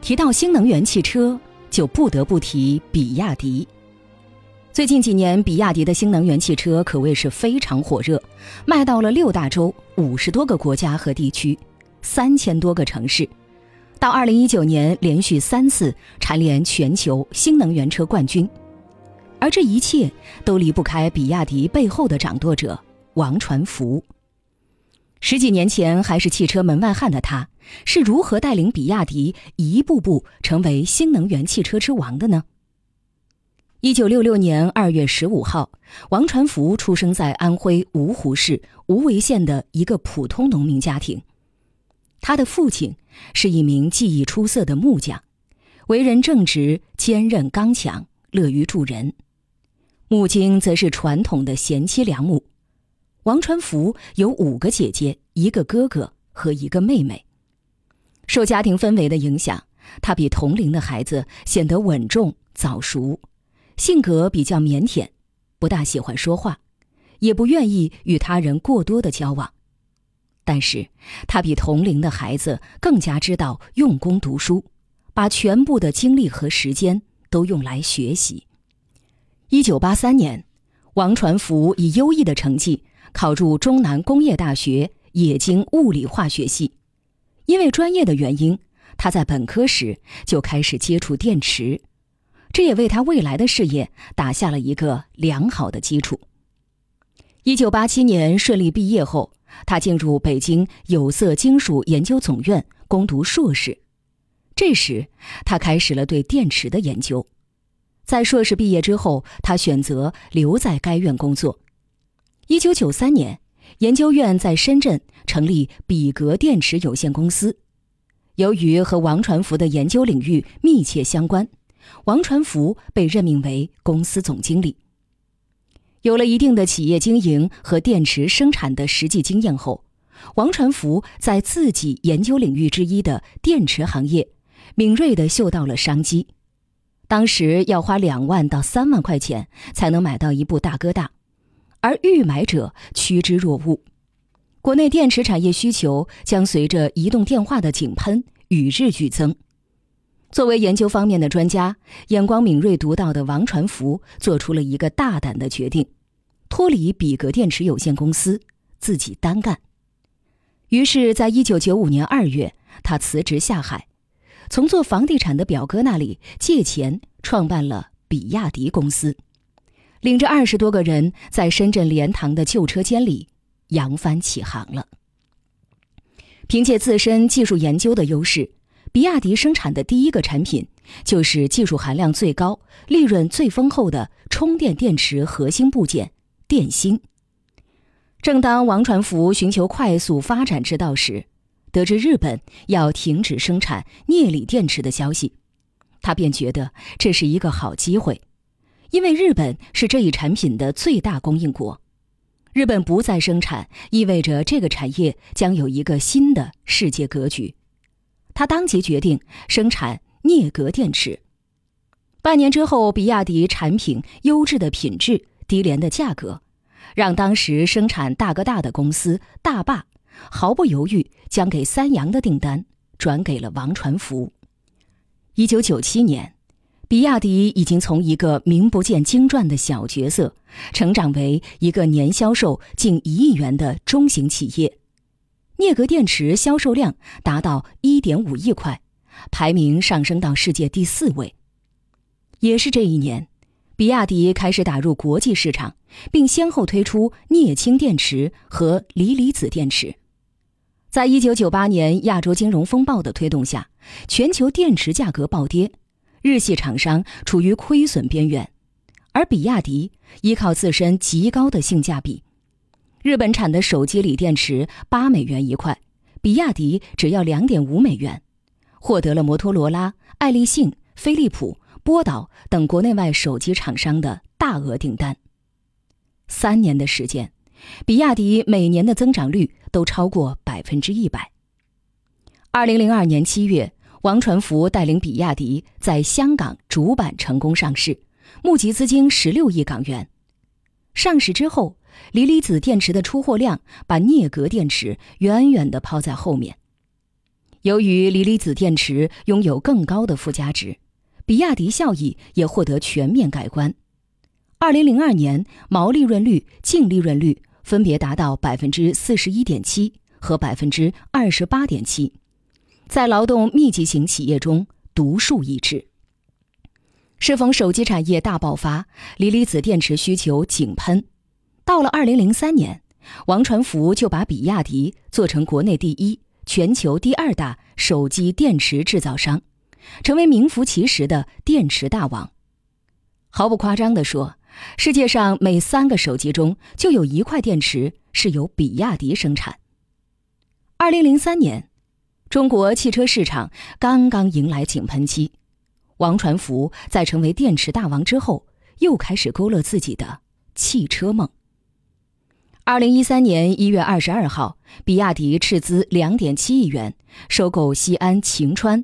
提到新能源汽车，就不得不提比亚迪。最近几年，比亚迪的新能源汽车可谓是非常火热，卖到了6大洲、50多个国家和地区，3000多个城市。到2019年，连续3次蝉联全球新能源车冠军。而这一切都离不开比亚迪背后的掌舵者王传福。10几年前还是汽车门外汉的他，是如何带领比亚迪一步步成为新能源汽车之王的呢？1966年2月15号，王传福出生在安徽芜湖市无为县的一个普通农民家庭。他的父亲是一名技艺出色的木匠，为人正直、坚韧刚强，乐于助人。母亲则是传统的贤妻良母。王传福有5个姐姐、1个哥哥和1个妹妹。受家庭氛围的影响，他比同龄的孩子显得稳重、早熟，性格比较腼腆，不大喜欢说话，也不愿意与他人过多的交往。但是他比同龄的孩子更加知道用功读书，把全部的精力和时间都用来学习。1983年，王传福以优异的成绩考入中南工业大学冶金物理化学系。因为专业的原因，他在本科时就开始接触电池，这也为他未来的事业打下了一个良好的基础。1987年顺利毕业后，他进入北京有色金属研究总院攻读硕士。这时，他开始了对电池的研究。在硕士毕业之后，他选择留在该院工作。1993年，研究院在深圳成立比格电池有限公司。由于和王传福的研究领域密切相关，王传福被任命为公司总经理。有了一定的企业经营和电池生产的实际经验后，王传福在自己研究领域之一的电池行业敏锐地嗅到了商机。当时要花2万到3万块钱才能买到一部大哥大，而欲买者趋之若鹜。国内电池产业需求将随着移动电话的井喷与日俱增。作为研究方面的专家，眼光敏锐独到的王传福做出了一个大胆的决定，脱离比格电池有限公司，自己单干。于是在1995年2月，他辞职下海，从做房地产的表哥那里借钱创办了比亚迪公司，领着20多个人在深圳莲塘的旧车间里扬帆起航了。凭借自身技术研究的优势，比亚迪生产的第一个产品就是技术含量最高、利润最丰厚的充电电池核心部件电芯。正当王传福寻求快速发展之道时，得知日本要停止生产镍锂电池的消息，他便觉得这是一个好机会，因为日本是这一产品的最大供应国。日本不再生产，意味着这个产业将有一个新的世界格局。他当即决定生产镍镉电池。半年之后，比亚迪产品优质的品质、低廉的价格，让当时生产大哥大的公司大坝毫不犹豫将给三洋的订单转给了王传福。1997年，比亚迪已经从一个名不见经传的小角色，成长为一个年销售近1亿元的中型企业。镍镉电池销售量达到 1.5 亿块，排名上升到世界第4位。也是这一年，比亚迪开始打入国际市场，并先后推出镍氢电池和锂离子电池。在1998年亚洲金融风暴的推动下，全球电池价格暴跌，日系厂商处于亏损边缘，而比亚迪依靠自身极高的性价比，日本产的手机锂电池8美元一块，比亚迪只要2.5美元，获得了摩托罗拉、爱立信、飞利浦、波导等国内外手机厂商的大额订单。3年的时间，比亚迪每年的增长率都超过100%。2002年7月，王传福带领比亚迪在香港主板成功上市，募集资金16亿港元。上市之后，锂离子电池的出货量把镍镉电池远远地抛在后面。 由于锂离子电池拥有更高的附加值，比亚迪效益也获得全面改观。2002年毛利润率、净利润率分别达到 41.7% 和 28.7%， 在劳动密集型企业中独树一帜。适逢手机产业大爆发，锂离子电池需求井喷。到了2003年，王传福就把比亚迪做成国内第一、全球第二大手机电池制造商，成为名副其实的电池大王。毫不夸张地说，世界上每3个手机中就有1块电池是由比亚迪生产。2003年，中国汽车市场刚刚迎来井喷期，王传福在成为电池大王之后，又开始勾勒自己的汽车梦。2013年1月22号，比亚迪斥资2.7亿元收购西安晴川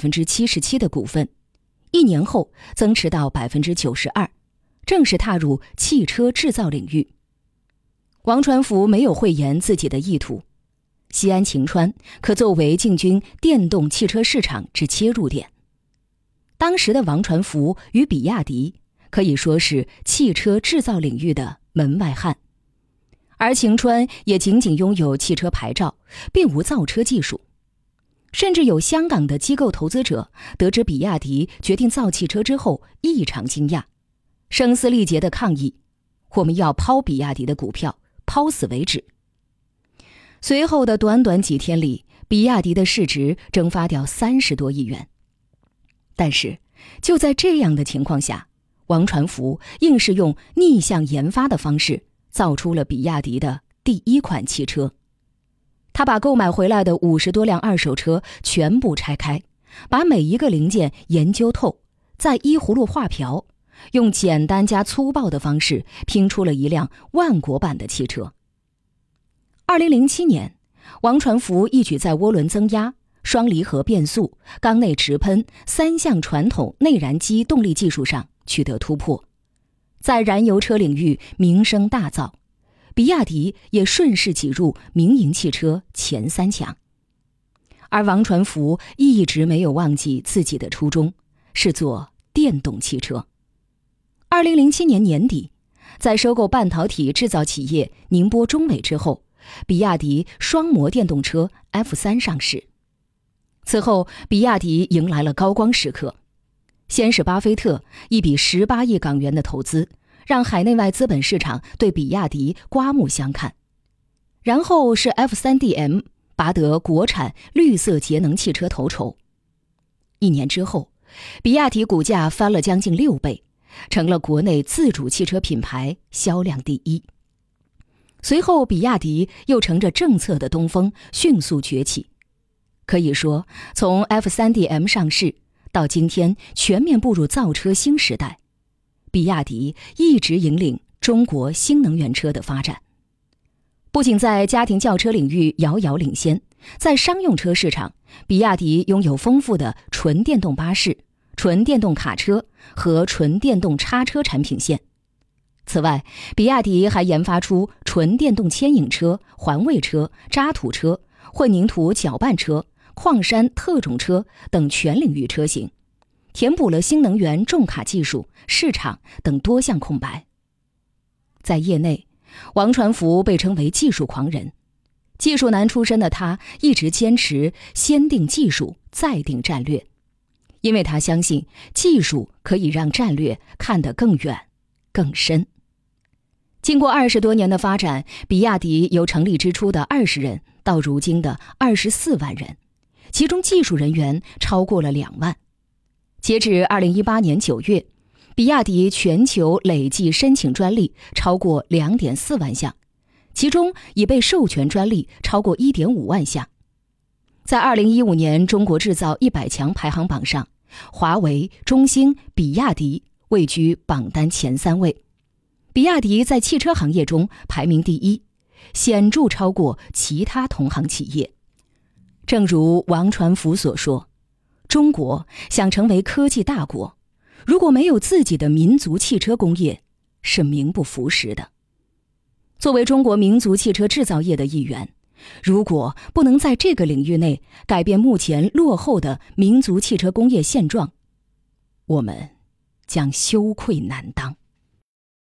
77% 的股份，1年后增持到 92%， 正式踏入汽车制造领域。王传福没有讳言自己的意图，西安晴川可作为进军电动汽车市场之切入点。当时的王传福与比亚迪可以说是汽车制造领域的门外汉，而晴川也仅仅拥有汽车牌照，并无造车技术。甚至有香港的机构投资者得知比亚迪决定造汽车之后异常惊讶，声嘶力竭地抗议：我们要抛比亚迪的股票，抛死为止。随后的短短几天里，比亚迪的市值蒸发掉30多亿元。但是就在这样的情况下，王传福硬是用逆向研发的方式造出了比亚迪的第1款汽车。他把购买回来的50多辆二手车全部拆开，把每一个零件研究透，再依葫芦画瓢，用简单加粗暴的方式拼出了一辆万国版的汽车。2007年，王传福一举在涡轮增压、双离合变速、缸内直喷3项传统内燃机动力技术上取得突破，在燃油车领域名声大噪，比亚迪也顺势挤入民营汽车前3强。而王传福一直没有忘记自己的初衷，是做电动汽车。2007年年底，在收购半导体制造企业宁波中美之后，比亚迪双模电动车 F3 上市。此后，比亚迪迎来了高光时刻。先是巴菲特一笔18亿港元的投资，让海内外资本市场对比亚迪刮目相看。然后是 F3DM 拔得国产绿色节能汽车头筹。1年之后，比亚迪股价翻了将近6倍，成了国内自主汽车品牌销量第1。随后，比亚迪又乘着政策的东风迅速崛起。可以说，从 F3DM 上市到今天全面步入造车新时代，比亚迪一直引领中国新能源车的发展。不仅在家庭轿车领域遥遥领先，在商用车市场，比亚迪拥有丰富的纯电动巴士、纯电动卡车和纯电动叉车产品线。此外，比亚迪还研发出纯电动牵引车、环卫车、渣土车、混凝土搅拌车、矿山特种车等全领域车型，填补了新能源重卡技术、市场等多项空白。在业内，王传福被称为技术狂人。技术男出身的他一直坚持先定技术，再定战略，因为他相信技术可以让战略看得更远、更深。经过20多年的发展，比亚迪由成立之初的20人到如今的24万人，其中技术人员超过了2万。截至2018年9月，比亚迪全球累计申请专利超过 2.4 万项，其中已被授权专利超过 1.5 万项。在2015年中国制造100强排行榜上，华为、中兴、比亚迪位居榜单前3位。比亚迪在汽车行业中排名第1，显著超过其他同行企业。正如王传福所说，中国想成为科技大国，如果没有自己的民族汽车工业，是名不符实的。作为中国民族汽车制造业的一员， 如果不能在这个领域内改变目前落后的民族汽车工业现状，我们将羞愧难当。